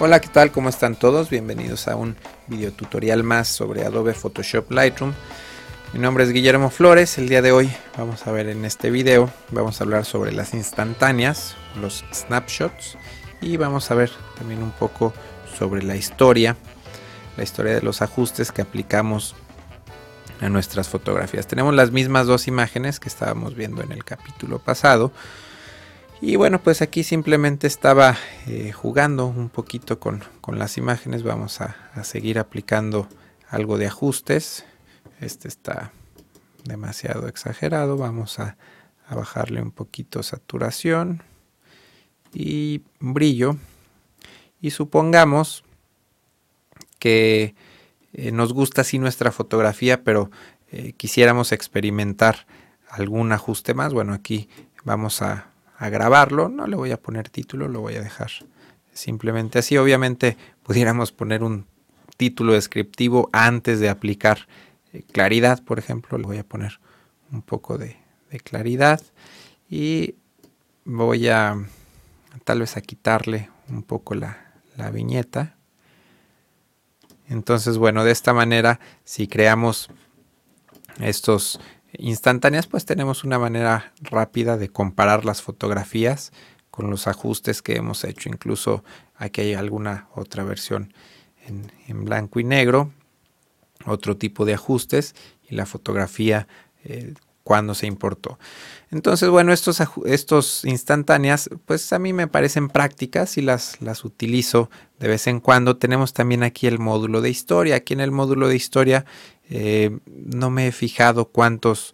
Hola, ¿qué tal? ¿Cómo están todos? Bienvenidos a un video tutorial más sobre Adobe Photoshop Lightroom. Mi nombre es Guillermo Flores. El día de hoy vamos a ver en este video, vamos a hablar sobre las instantáneas, los snapshots, y vamos a ver también un poco sobre la historia de los ajustes que aplicamos a nuestras fotografías. Tenemos las mismas dos imágenes que estábamos viendo en el capítulo pasado. Y bueno, pues aquí simplemente estaba jugando un poquito con las imágenes. Vamos a seguir aplicando algo de ajustes. Este está demasiado exagerado. Vamos a bajarle un poquito saturación y brillo. Y supongamos que nos gusta así nuestra fotografía, pero quisiéramos experimentar algún ajuste más. Bueno, aquí vamos a grabarlo. No le voy a poner título, lo voy a dejar simplemente así. Obviamente pudiéramos poner un título descriptivo antes de aplicar claridad, por ejemplo. Le voy a poner un poco de claridad y voy a tal vez a quitarle un poco la viñeta. Entonces, bueno, de esta manera, si creamos estos instantáneas, pues tenemos una manera rápida de comparar las fotografías con los ajustes que hemos hecho. Incluso aquí hay alguna otra versión en blanco y negro, otro tipo de ajustes y la fotografía cuando se importó. Entonces, bueno, estos instantáneas, pues a mí me parecen prácticas y las utilizo de vez en cuando. Tenemos también aquí el módulo de historia. Aquí en el módulo de historia no me he fijado cuántos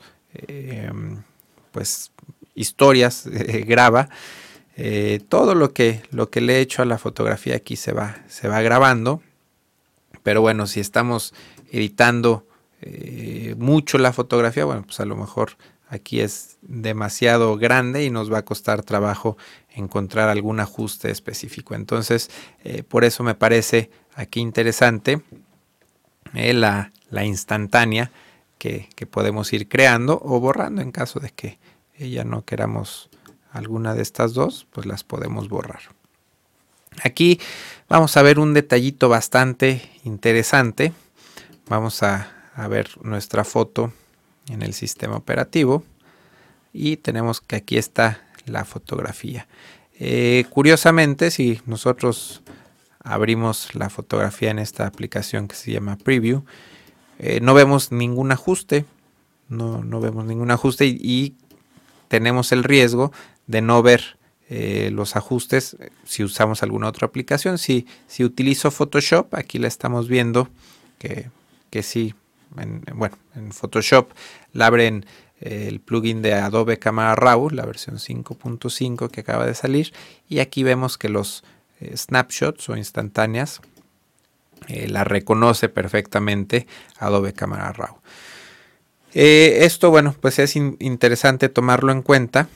pues historias graba. Todo lo que le he hecho a la fotografía aquí se va grabando. Pero bueno, si estamos editando mucho la fotografía, bueno, pues a lo mejor aquí es demasiado grande y nos va a costar trabajo encontrar algún ajuste específico. Entonces, por eso me parece aquí interesante la instantánea que podemos ir creando o borrando. En caso de que ya no queramos alguna de estas dos, pues las podemos borrar. Aquí vamos a ver un detallito bastante interesante. Vamos a ver nuestra foto en el sistema operativo y tenemos que aquí está la fotografía. Curiosamente, si nosotros abrimos la fotografía en esta aplicación que se llama Preview, no vemos ningún ajuste. No vemos ningún ajuste y tenemos el riesgo de no ver los ajustes si usamos alguna otra aplicación. Si utilizo Photoshop, aquí la estamos viendo que sí. En Photoshop la abren el plugin de Adobe Camera Raw, la versión 5.5 que acaba de salir, y aquí vemos que los snapshots o instantáneas la reconoce perfectamente Adobe Camera Raw. Esto, bueno, pues es interesante tomarlo en cuenta,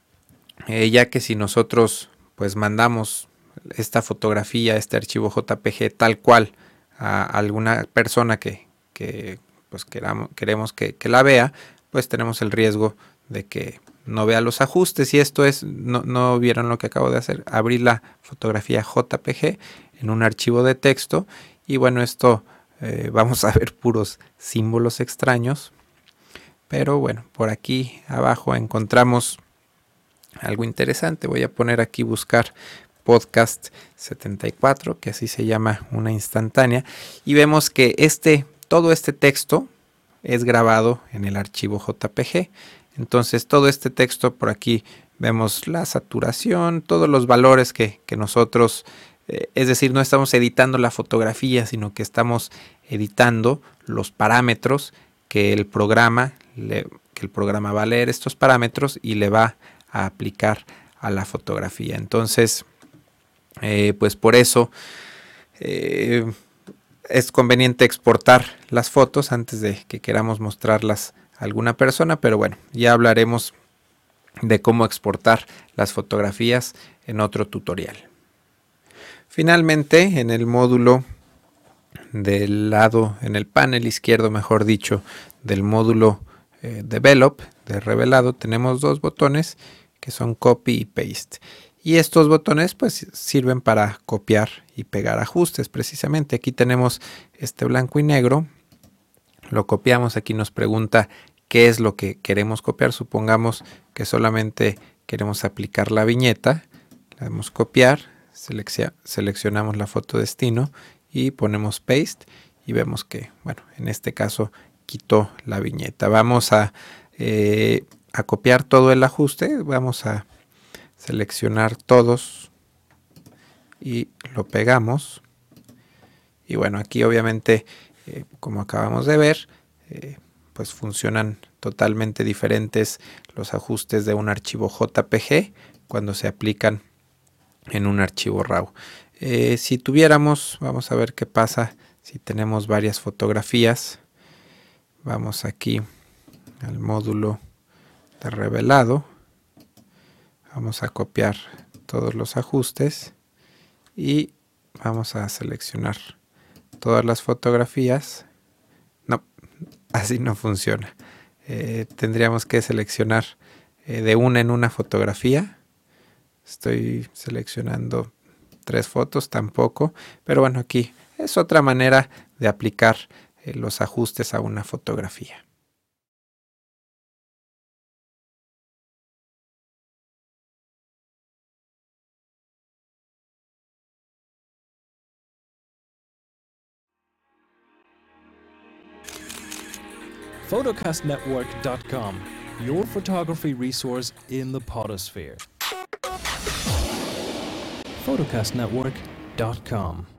ya que si nosotros pues mandamos esta fotografía, este archivo JPG tal cual a alguna persona que pues queremos que la vea, pues tenemos el riesgo de que no vea los ajustes. Y esto es, no vieron lo que acabo de hacer, abrir la fotografía JPG en un archivo de texto y bueno, esto vamos a ver puros símbolos extraños, pero bueno, por aquí abajo encontramos algo interesante. Voy a poner aquí buscar podcast 74, que así se llama una instantánea, y vemos que todo este texto es grabado en el archivo JPG. Entonces todo este texto, por aquí vemos la saturación, todos los valores que nosotros, es decir, no estamos editando la fotografía, sino que estamos editando los parámetros que el programa va a leer estos parámetros y le va a aplicar a la fotografía. Entonces, pues por eso es conveniente exportar las fotos antes de que queramos mostrarlas a alguna persona, pero bueno, ya hablaremos de cómo exportar las fotografías en otro tutorial. Finalmente, en el módulo del lado, en el panel izquierdo, mejor dicho, del módulo Develop, de revelado, tenemos dos botones que son Copy y Paste. Y estos botones pues sirven para copiar y pegar ajustes precisamente. Aquí tenemos este blanco y negro. Lo copiamos, aquí nos pregunta qué es lo que queremos copiar. Supongamos que solamente queremos aplicar la viñeta. Le damos copiar, seleccionamos la foto destino y ponemos paste y vemos que, bueno, en este caso quitó la viñeta. Vamos a copiar todo el ajuste. Vamos a seleccionar todos y lo pegamos. Y bueno, aquí obviamente, como acabamos de ver, pues funcionan totalmente diferentes los ajustes de un archivo JPG cuando se aplican en un archivo RAW. Si tuviéramos, vamos a ver qué pasa si tenemos varias fotografías. Vamos aquí al módulo de revelado. Vamos a copiar todos los ajustes y vamos a seleccionar todas las fotografías. No, así no funciona. Tendríamos que seleccionar de una en una fotografía. Estoy seleccionando 3 fotos, tampoco. Pero bueno, aquí es otra manera de aplicar los ajustes a una fotografía. Photocastnetwork.com, your photography resource in the potosphere. Photocastnetwork.com